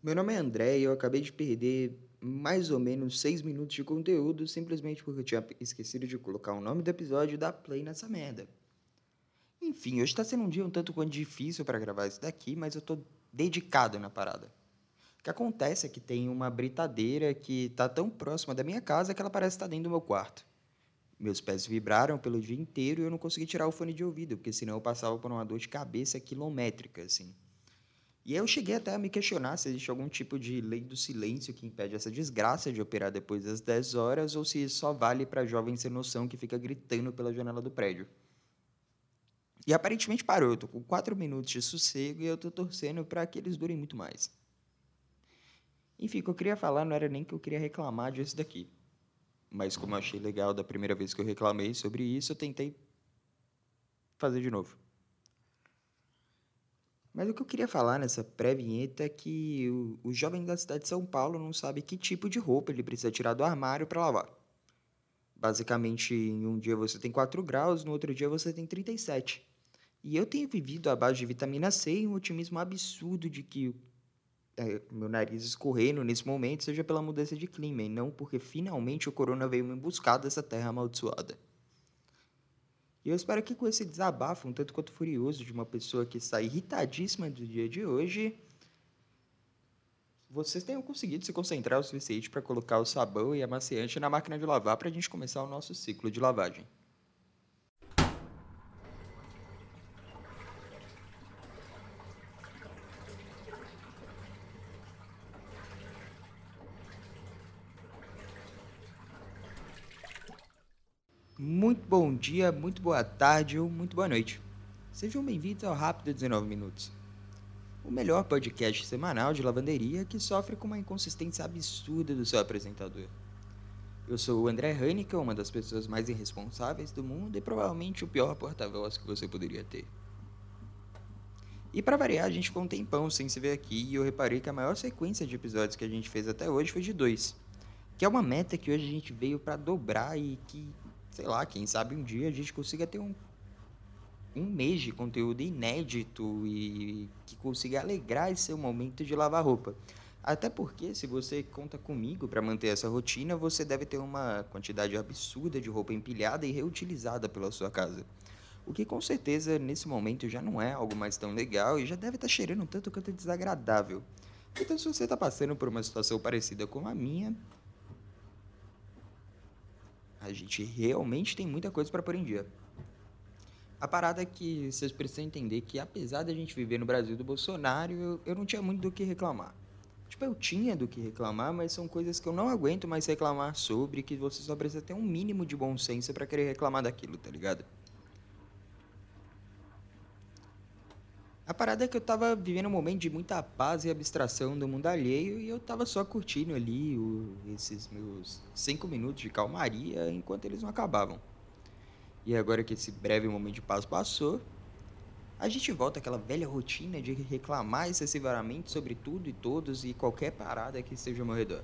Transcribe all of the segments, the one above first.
Meu nome é André e eu acabei de perder mais ou menos 6 minutos de conteúdo simplesmente porque eu tinha esquecido de colocar o nome do episódio e dar play nessa merda. Enfim, hoje tá sendo um dia um tanto quanto difícil para gravar isso daqui, mas eu tô dedicado na parada. O que acontece é que tem uma britadeira que tá tão próxima da minha casa que ela parece estar dentro do meu quarto. Meus pés vibraram pelo dia inteiro e eu não consegui tirar o fone de ouvido, porque senão eu passava por uma dor de cabeça quilométrica, assim. E aí eu cheguei até a me questionar se existe algum tipo de lei do silêncio que impede essa desgraça de operar depois das 10 horas ou se isso só vale para jovem sem noção que fica gritando pela janela do prédio. E aparentemente parou, eu tô com 4 minutos de sossego e eu tô torcendo para que eles durem muito mais. Enfim, o que eu queria falar não era nem que eu queria reclamar disso daqui. Mas como eu achei legal da primeira vez que eu reclamei sobre isso, eu tentei fazer de novo. Mas o que eu queria falar nessa pré-vinheta é que o jovem da cidade de São Paulo não sabe que tipo de roupa ele precisa tirar do armário para lavar. Basicamente, em um dia você tem 4 graus, no outro dia você tem 37. E eu tenho vivido à base de vitamina C e um otimismo absurdo de que meu nariz escorrendo nesse momento seja pela mudança de clima e não porque finalmente o corona veio me buscar dessa terra amaldiçoada. E eu espero que com esse desabafo, um tanto quanto furioso de uma pessoa que está irritadíssima do dia de hoje, vocês tenham conseguido se concentrar o suficiente para colocar o sabão e amaciante na máquina de lavar para a gente começar o nosso ciclo de lavagem. Muito bom dia, muito boa tarde ou muito boa noite. Sejam bem-vindos ao Rápido 19 Minutos, o melhor podcast semanal de lavanderia que sofre com uma inconsistência absurda do seu apresentador. Eu sou o André Heineken, uma das pessoas mais irresponsáveis do mundo e provavelmente o pior porta-voz que você poderia ter. E para variar, a gente ficou um tempão sem se ver aqui e eu reparei que a maior sequência de episódios que a gente fez até hoje foi de 2, que é uma meta que hoje a gente veio para dobrar e que, sei lá, quem sabe um dia a gente consiga ter um mês de conteúdo inédito e que consiga alegrar esse seu momento de lavar roupa. Até porque, se você conta comigo para manter essa rotina, você deve ter uma quantidade absurda de roupa empilhada e reutilizada pela sua casa. O que com certeza nesse momento já não é algo mais tão legal e já deve estar cheirando um tanto quanto desagradável. Então, se você está passando por uma situação parecida com a minha, a gente realmente tem muita coisa para pôr em dia. A parada é que vocês precisam entender que, apesar da gente viver no Brasil do Bolsonaro, eu não tinha muito do que reclamar. Tipo, eu tinha do que reclamar, mas são coisas que eu não aguento mais reclamar sobre, que você só precisa ter um mínimo de bom senso pra querer reclamar daquilo, tá ligado? A parada é que eu tava vivendo um momento de muita paz e abstração do mundo alheio e eu tava só curtindo ali esses meus 5 minutos de calmaria enquanto eles não acabavam. E agora que esse breve momento de paz passou, a gente volta àquela velha rotina de reclamar excessivamente sobre tudo e todos e qualquer parada que esteja ao meu redor.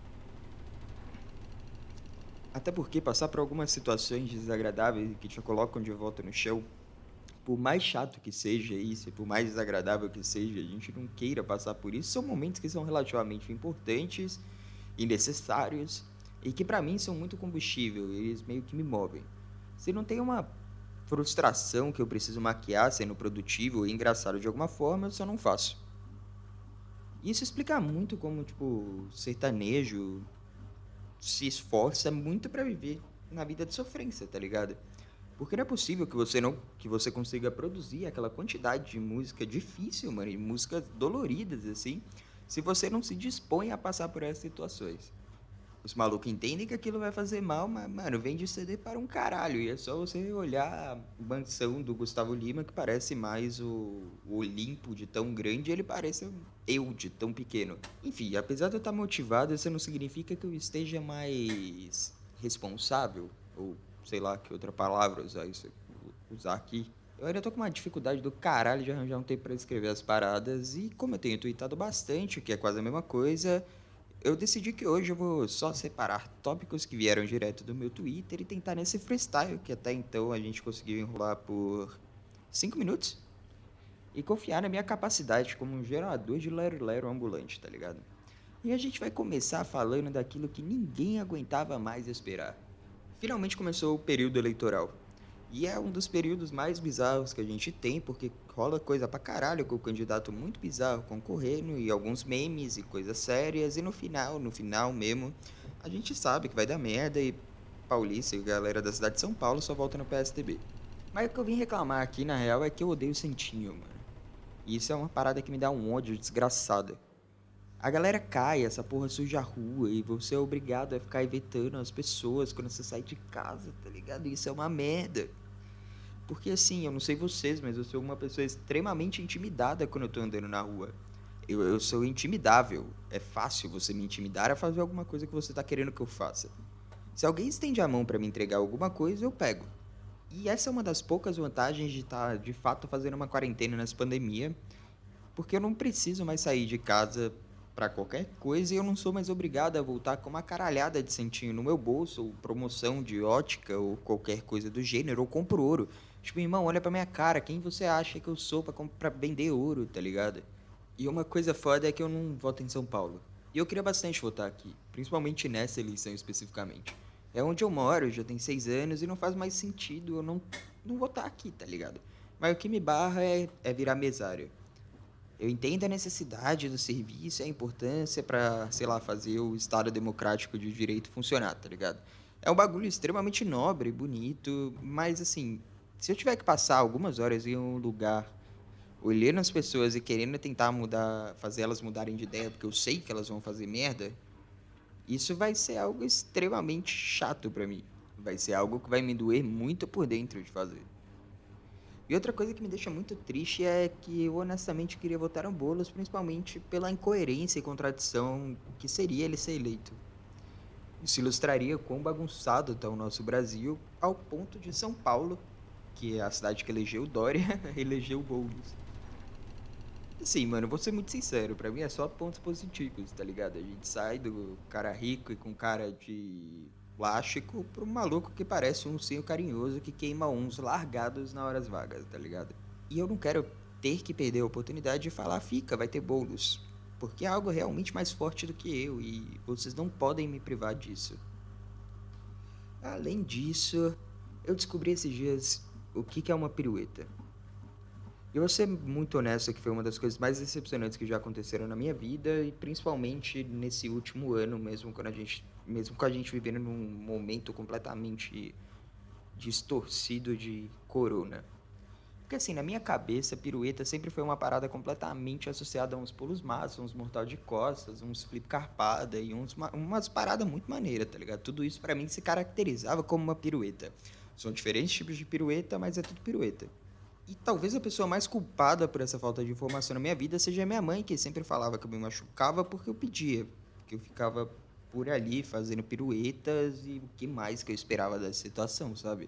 Até porque passar por algumas situações desagradáveis que te colocam de volta no chão, por mais chato que seja isso, por mais desagradável que seja, a gente não queira passar por isso, são momentos que são relativamente importantes e necessários e que pra mim são muito combustível, eles meio que me movem. Se não tem uma frustração que eu preciso maquiar sendo produtivo e engraçado de alguma forma, eu só não faço. Isso explica muito como, tipo, sertanejo se esforça muito pra viver na vida de sofrência, tá ligado? Porque não é possível que você consiga produzir aquela quantidade de música difícil, mano, e músicas doloridas assim, se você não se dispõe a passar por essas situações. Os malucos entendem que aquilo vai fazer mal, mas, mano, vende CD para um caralho. E é só você olhar a mansão do Gustavo Lima, que parece mais o Olimpo de tão grande, ele parece eu de tão pequeno. Enfim, apesar de eu estar motivado, isso não significa que eu esteja mais responsável, ou sei lá que outra palavra usar aqui. Eu ainda tô com uma dificuldade do caralho de arranjar um tempo para escrever as paradas, e como eu tenho tweetado bastante, o que é quase a mesma coisa, eu decidi que hoje eu vou só separar tópicos que vieram direto do meu Twitter e tentar nesse freestyle, que até então a gente conseguiu enrolar por 5 minutos. e confiar na minha capacidade como um gerador de lero-lero ambulante, tá ligado? E a gente vai começar falando daquilo que ninguém aguentava mais esperar. Finalmente começou o período eleitoral. E é um dos períodos mais bizarros que a gente tem, porque rola coisa pra caralho com o candidato muito bizarro concorrendo, e alguns memes e coisas sérias, e no final mesmo, a gente sabe que vai dar merda e Paulista e galera da cidade de São Paulo só volta no PSDB. Mas o que eu vim reclamar aqui, na real, é que eu odeio o Santinho, mano. E isso é uma parada que me dá um ódio desgraçado. A galera cai, essa porra suja a rua e você é obrigado a ficar evitando as pessoas quando você sai de casa, tá ligado? Isso é uma merda. Porque assim, eu não sei vocês, mas eu sou uma pessoa extremamente intimidada quando eu tô andando na rua. Eu sou intimidável. É fácil você me intimidar a fazer alguma coisa que você tá querendo que eu faça. Se alguém estende a mão pra me entregar alguma coisa, eu pego. E essa é uma das poucas vantagens de estar, de fato, fazendo uma quarentena nessa pandemia, porque eu não preciso mais sair de casa pra qualquer coisa e eu não sou mais obrigado a voltar com uma caralhada de centinho no meu bolso, ou promoção de ótica, ou qualquer coisa do gênero, ou compro ouro. Tipo, irmão, olha pra minha cara, quem você acha que eu sou pra vender ouro, tá ligado? E uma coisa foda é que eu não voto em São Paulo. E eu queria bastante votar aqui, principalmente nessa eleição especificamente. É onde eu moro, já tem 6 anos e não faz mais sentido eu não votar aqui, tá ligado? Mas o que me barra é virar mesário. Eu entendo a necessidade do serviço e a importância pra, sei lá, fazer o Estado Democrático de Direito funcionar, tá ligado? É um bagulho extremamente nobre, bonito, mas assim, se eu tiver que passar algumas horas em um lugar olhando as pessoas e querendo tentar mudar, fazer elas mudarem de ideia, porque eu sei que elas vão fazer merda, isso vai ser algo extremamente chato pra mim. Vai ser algo que vai me doer muito por dentro de fazer. E outra coisa que me deixa muito triste é que eu honestamente queria votar no Boulos, principalmente pela incoerência e contradição que seria ele ser eleito. Isso ilustraria quão bagunçado está o nosso Brasil, ao ponto de São Paulo, que é a cidade que elegeu o Dória, elegeu o Boulos. Assim, mano, vou ser muito sincero, pra mim é só pontos positivos, tá ligado? A gente sai do cara rico e com cara de plástico pro maluco que parece um ursinho carinhoso que queima uns largados na horas vagas, tá ligado? E eu não quero ter que perder a oportunidade de falar, fica, vai ter bolos. Porque é algo realmente mais forte do que eu e vocês não podem me privar disso. Além disso, eu descobri esses dias o que é uma pirueta. E eu vou ser muito honesto que foi uma das coisas mais decepcionantes que já aconteceram na minha vida e principalmente nesse último ano, mesmo com a gente vivendo num momento completamente distorcido de corona. Porque assim, na minha cabeça, pirueta sempre foi uma parada completamente associada a uns pulos massa, uns mortal de costas, uns flip carpada e umas paradas muito maneiras, tá ligado? Tudo isso pra mim se caracterizava como uma pirueta. São diferentes tipos de pirueta, mas é tudo pirueta. E talvez a pessoa mais culpada por essa falta de informação na minha vida seja a minha mãe, que sempre falava que eu me machucava porque eu pedia. Porque eu ficava por ali fazendo piruetas e o que mais que eu esperava dessa situação, sabe?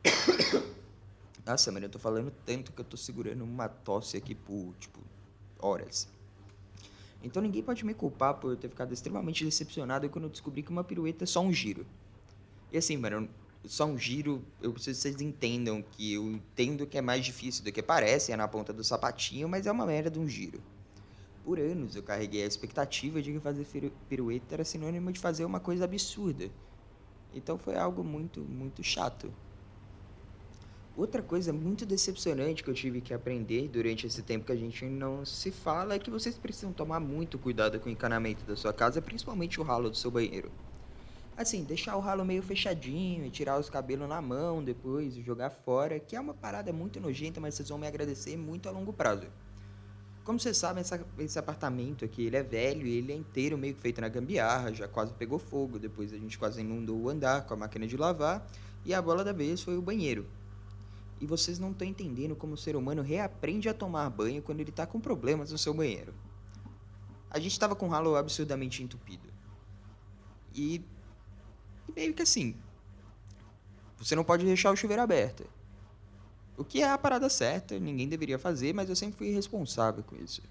Nossa, mano, eu tô falando tanto que eu tô segurando uma tosse aqui por, tipo, horas. Então ninguém pode me culpar por eu ter ficado extremamente decepcionado quando eu descobri que uma pirueta é só um giro. E assim, mano, só um giro, eu preciso que vocês entendam que eu entendo que é mais difícil do que parece, é na ponta do sapatinho, mas é uma merda de um giro. Por anos eu carreguei a expectativa de que fazer pirueta era sinônimo de fazer uma coisa absurda. Então foi algo muito, muito chato. Outra coisa muito decepcionante que eu tive que aprender durante esse tempo que a gente não se fala é que vocês precisam tomar muito cuidado com o encanamento da sua casa, principalmente o ralo do seu banheiro. Assim, deixar o ralo meio fechadinho e tirar os cabelos na mão depois e jogar fora, que é uma parada muito nojenta, mas vocês vão me agradecer muito a longo prazo. Como vocês sabem, esse apartamento aqui, ele é velho e ele é inteiro meio que feito na gambiarra, já quase pegou fogo, depois a gente quase inundou o andar com a máquina de lavar, e a bola da vez foi o banheiro. E vocês não estão entendendo como o ser humano reaprende a tomar banho quando ele está com problemas no seu banheiro. A gente estava com o ralo absurdamente entupido. E meio que assim, você não pode deixar o chuveiro aberto. O que é a parada certa, ninguém deveria fazer, mas eu sempre fui responsável com isso.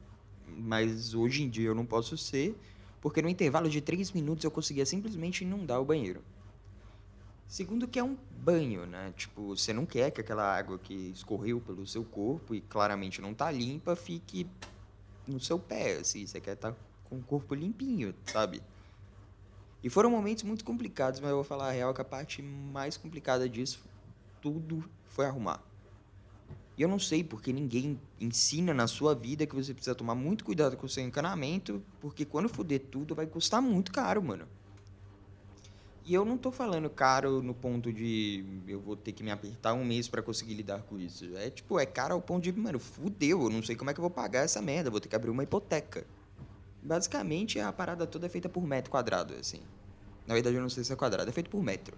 Mas hoje em dia eu não posso ser, porque no intervalo de 3 minutos eu conseguia simplesmente inundar o banheiro. Segundo que é um banho, né? Tipo, você não quer que aquela água que escorreu pelo seu corpo e claramente não tá limpa fique no seu pé, assim. Você quer estar com o corpo limpinho, sabe? E foram momentos muito complicados, mas eu vou falar a real que a parte mais complicada disso tudo foi arrumar. E eu não sei porque ninguém ensina na sua vida que você precisa tomar muito cuidado com o seu encanamento, porque quando fuder tudo vai custar muito caro, mano. E eu não tô falando caro no ponto de eu vou ter que me apertar um mês pra conseguir lidar com isso. É tipo, é caro ao ponto de, mano, fudeu, eu não sei como é que eu vou pagar essa merda, vou ter que abrir uma hipoteca. Basicamente, a parada toda é feita por metro quadrado, assim. Na verdade, eu não sei se é quadrado, é feito por metro.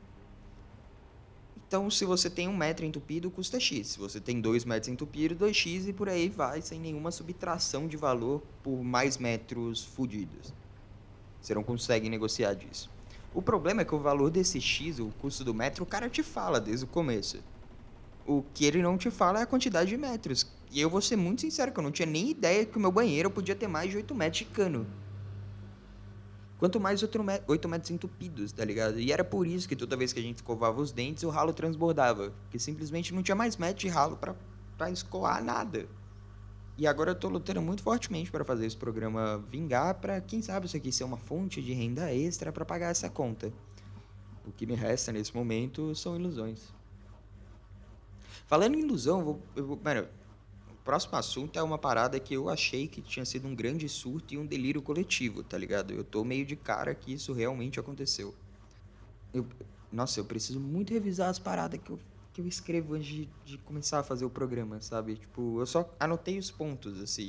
Então, se você tem 1 metro entupido, custa X. Se você tem 2 metros entupidos, 2x e por aí vai, sem nenhuma subtração de valor por mais metros fudidos. Você não consegue negociar disso. O problema é que o valor desse X, o custo do metro, o cara te fala desde o começo. O que ele não te fala é a quantidade de metros. E eu vou ser muito sincero que eu não tinha nem ideia que o meu banheiro podia ter mais de 8 metros de cano. Quanto mais 8 metros entupidos, tá ligado? E era por isso que toda vez que a gente escovava os dentes, o ralo transbordava. Porque simplesmente não tinha mais metro de ralo pra escoar nada. E agora eu tô lutando muito fortemente para fazer esse programa vingar pra, quem sabe, isso aqui ser uma fonte de renda extra pra pagar essa conta. O que me resta nesse momento são ilusões. Falando em ilusão, mano, o próximo assunto é uma parada que eu achei que tinha sido um grande surto e um delírio coletivo, tá ligado? Eu tô meio de cara que isso realmente aconteceu. Eu, nossa, eu preciso muito revisar as paradas que eu escrevo antes de começar a fazer o programa, sabe? Tipo, eu só anotei os pontos, assim.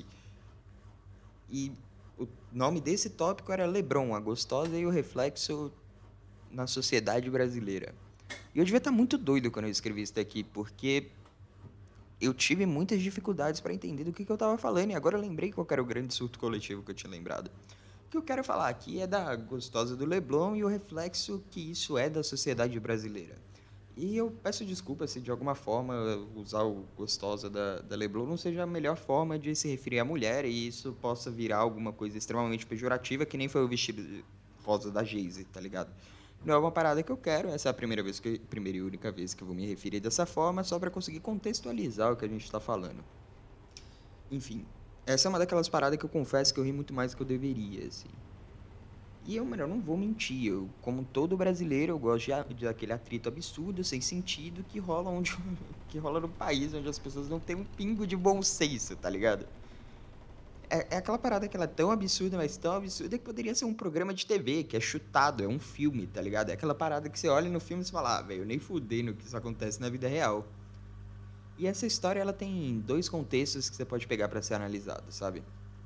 E o nome desse tópico era Lebron, a gostosa e o reflexo na sociedade brasileira. E eu devia estar muito doido quando eu escrevi isso daqui, porque eu tive muitas dificuldades para entender do que eu tava falando, e agora eu lembrei qual era o grande surto coletivo que eu tinha lembrado. O que eu quero falar aqui é da gostosa do Leblon e o reflexo que isso é da sociedade brasileira. E eu peço desculpa se de alguma forma usar o gostosa da Leblon não seja a melhor forma de se referir à mulher e isso possa virar alguma coisa extremamente pejorativa, que nem foi o vestido rosa da Geise, tá ligado? Não é uma parada que eu quero, essa é a primeira e única vez que eu vou me referir dessa forma, só para conseguir contextualizar o que a gente tá falando. Enfim, essa é uma daquelas paradas que eu confesso que eu ri muito mais do que eu deveria, assim. E eu, mano, eu não vou mentir, eu, como todo brasileiro, eu gosto de aquele atrito absurdo, sem sentido, que rola que rola no país onde as pessoas não têm um pingo de bom senso, tá ligado? É aquela parada que ela é tão absurda, mas tão absurda que poderia ser um programa de TV, que é chutado, é um filme, tá ligado? É aquela parada que você olha no filme e você fala, ah, velho, nem fudendo que isso acontece na vida real. E essa história, ela tem dois contextos que você pode pegar pra ser analisado, sabe?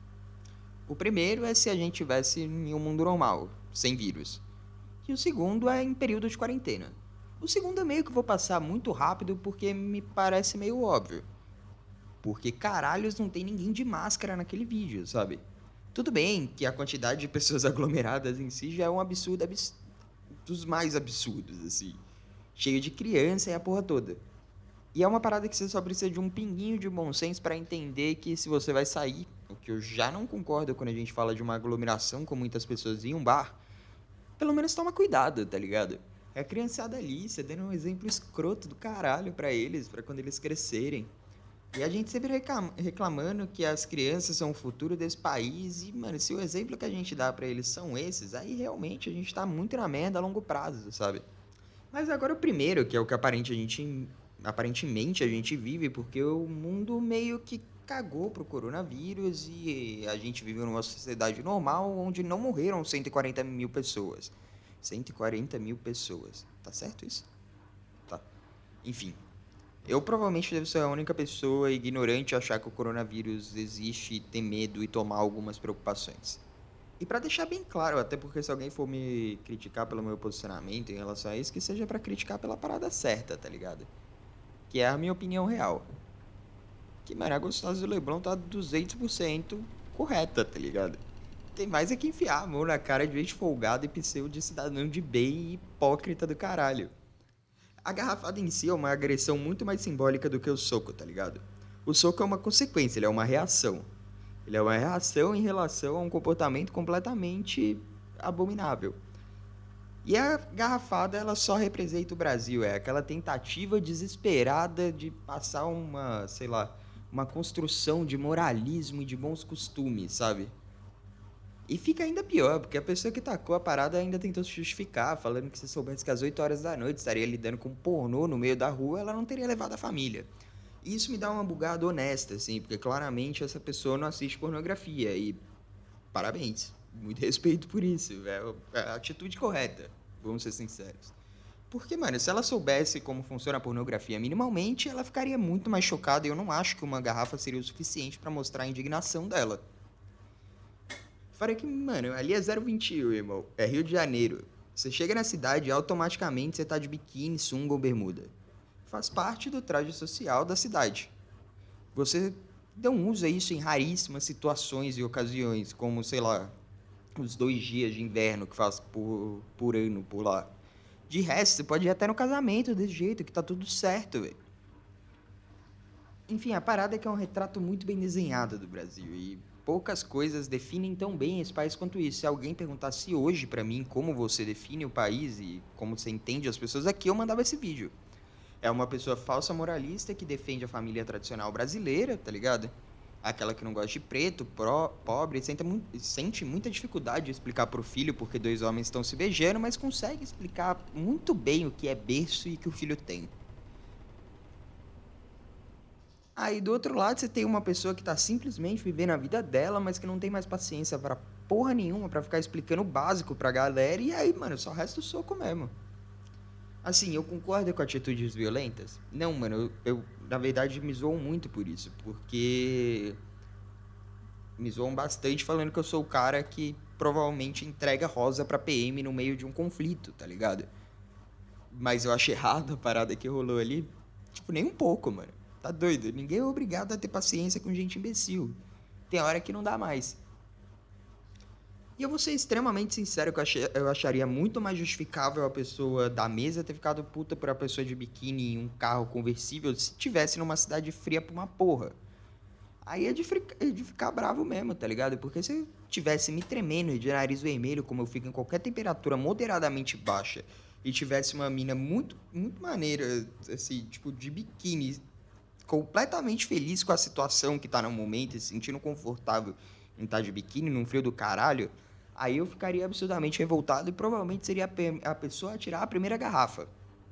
O primeiro é se a gente tivesse em um mundo normal, sem vírus. E o segundo é em período de quarentena. O segundo é meio que eu vou passar muito rápido porque me parece meio óbvio. Porque caralhos não tem ninguém de máscara naquele vídeo, sabe? Tudo bem que a quantidade de pessoas aglomeradas em si já é um absurdo, dos mais absurdos, assim. Cheio de criança e a porra toda. E é uma parada que você só precisa de um pinguinho de bom senso para entender que se você vai sair, o que eu já não concordo quando a gente fala de uma aglomeração com muitas pessoas em um bar, pelo menos toma cuidado, tá ligado? É a criançada ali, você dando um exemplo escroto do caralho pra eles, pra quando eles crescerem. E a gente sempre reclamando que as crianças são o futuro desse país e, mano, se o exemplo que a gente dá pra eles são esses, aí realmente a gente tá muito na merda a longo prazo, sabe? Mas agora o primeiro, que é o que aparentemente a gente vive, porque o mundo meio que cagou pro coronavírus e a gente vive numa sociedade normal onde não morreram 140 mil pessoas. 140 mil pessoas. Tá certo isso? Tá. Enfim. Eu provavelmente devo ser a única pessoa ignorante a achar que o coronavírus existe, ter medo e tomar algumas preocupações. E pra deixar bem claro, até porque se alguém for me criticar pelo meu posicionamento em relação a isso, que seja pra criticar pela parada certa, tá ligado? Que é a minha opinião real. Que, mano, a gostosa do Leblon tá 200% correta, tá ligado? Tem mais é que enfiar a mão na cara de gente folgado e pseudo de cidadão de bem e hipócrita do caralho. A garrafada em si é uma agressão muito mais simbólica do que o soco, tá ligado? O soco é uma consequência, ele é uma reação. Ele é uma reação em relação a um comportamento completamente abominável. E a garrafada, ela só representa o Brasil, é aquela tentativa desesperada de passar uma, sei lá, uma construção de moralismo e de bons costumes, sabe? E fica ainda pior, porque a pessoa que tacou a parada ainda tentou se justificar, falando que se soubesse que às 8 horas da noite estaria lidando com pornô no meio da rua, ela não teria levado a família. E isso me dá uma bugada honesta, assim, porque claramente essa pessoa não assiste pornografia. E parabéns, muito respeito por isso, é a atitude correta, vamos ser sinceros. Porque, mano, se ela soubesse como funciona a pornografia minimamente, ela ficaria muito mais chocada e eu não acho que uma garrafa seria o suficiente pra mostrar a indignação dela. Fora que, mano, ali é 021, irmão. É Rio de Janeiro. Você chega na cidade e automaticamente você tá de biquíni, sunga ou bermuda. Faz parte do traje social da cidade. Você não usa isso em raríssimas situações e ocasiões, como, sei lá, os 2 dias de inverno que faz por ano por lá. De resto, você pode ir até no casamento desse jeito, que tá tudo certo, velho. Enfim, a parada é que é um retrato muito bem desenhado do Brasil e poucas coisas definem tão bem esse país quanto isso. Se alguém perguntasse hoje pra mim como você define o país e como você entende as pessoas aqui, eu mandava esse vídeo. É uma pessoa falsa moralista que defende a família tradicional brasileira, tá ligado? Aquela que não gosta de preto, pobre, sente muita dificuldade de explicar pro filho porque 2 homens estão se beijando, mas consegue explicar muito bem o que é berço e que o filho tem. Aí do outro lado você tem uma pessoa que tá simplesmente vivendo a vida dela, mas que não tem mais paciência pra porra nenhuma pra ficar explicando o básico pra galera, e aí, mano, só resta o soco mesmo. Assim, eu concordo com atitudes violentas? Não, mano, na verdade me zoam muito por isso, porque me zoam bastante falando que eu sou o cara que provavelmente entrega rosa pra PM no meio de um conflito, tá ligado? Mas eu acho errado a parada que rolou ali. Tipo, nem um pouco, mano. Tá doido? Ninguém é obrigado a ter paciência com gente imbecil. Tem hora que não dá mais. E eu vou ser extremamente sincero que eu acharia muito mais justificável a pessoa da mesa ter ficado puta por a pessoa de biquíni em um carro conversível se tivesse numa cidade fria pra uma porra. Aí é de ficar bravo mesmo, tá ligado? Porque se eu tivesse me tremendo de nariz vermelho, como eu fico em qualquer temperatura moderadamente baixa, e tivesse uma mina muito, muito maneira, assim, tipo, de biquíni, completamente feliz com a situação que tá no momento, e se sentindo confortável em estar de biquíni num frio do caralho, aí eu ficaria absurdamente revoltado e provavelmente seria a pessoa a tirar a primeira garrafa.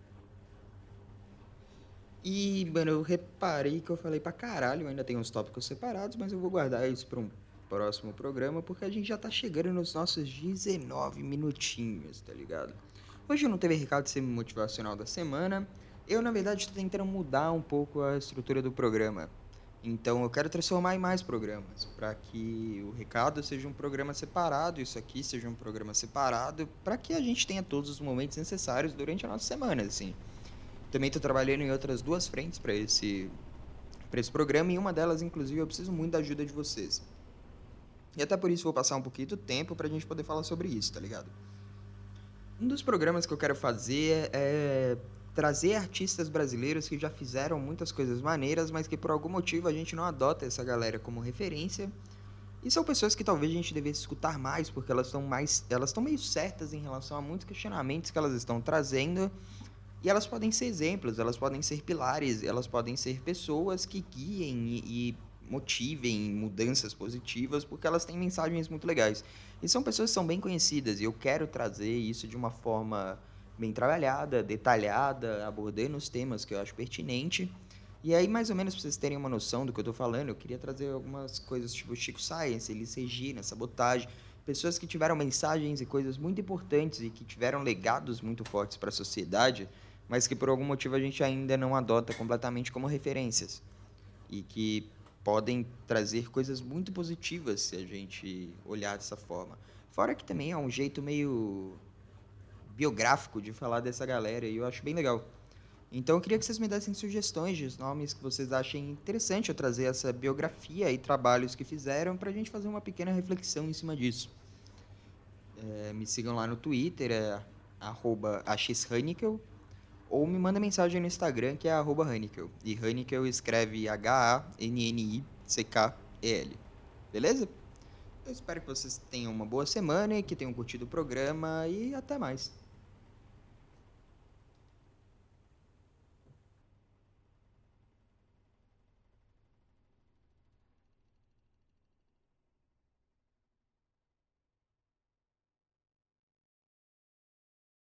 E, mano, eu reparei que eu falei pra caralho, ainda tem uns tópicos separados, mas eu vou guardar isso pra um próximo programa, porque a gente já tá chegando nos nossos 19 minutinhos, tá ligado? Hoje não teve recado semi-motivacional da semana. Eu, na verdade, estou tentando mudar um pouco a estrutura do programa. Então, eu quero transformar em mais programas, para que o recado seja um programa separado, isso aqui seja um programa separado, para que a gente tenha todos os momentos necessários durante a nossa semana, assim. Também estou trabalhando em outras 2 frentes para esse programa, e uma delas, inclusive, eu preciso muito da ajuda de vocês. E até por isso vou passar um pouquinho do tempo para a gente poder falar sobre isso, tá ligado? Um dos programas que eu quero fazer é trazer artistas brasileiros que já fizeram muitas coisas maneiras, mas que por algum motivo a gente não adota essa galera como referência. E são pessoas que talvez a gente devesse escutar mais, porque elas estão meio certas em relação a muitos questionamentos que elas estão trazendo. E elas podem ser exemplos, elas podem ser pilares, elas podem ser pessoas que guiem e motivem mudanças positivas, porque elas têm mensagens muito legais. E são pessoas que são bem conhecidas, e eu quero trazer isso de uma forma bem trabalhada, detalhada, abordando os temas que eu acho pertinente. E aí, mais ou menos, para vocês terem uma noção do que eu estou falando, eu queria trazer algumas coisas tipo Chico Science, Elis Regina, Sabotagem, pessoas que tiveram mensagens e coisas muito importantes e que tiveram legados muito fortes para a sociedade, mas que por algum motivo a gente ainda não adota completamente como referências e que podem trazer coisas muito positivas se a gente olhar dessa forma. Fora que também é um jeito meio biográfico de falar dessa galera e eu acho bem legal. Então eu queria que vocês me dessem sugestões de nomes que vocês achem interessante eu trazer essa biografia e trabalhos que fizeram para a gente fazer uma pequena reflexão em cima disso. Me sigam lá no Twitter, @axhannickel, ou me manda mensagem no Instagram, que é @Hannickel. E Hannickel escreve Hannickel. Beleza? Eu espero que vocês tenham uma boa semana e que tenham curtido o programa e até mais.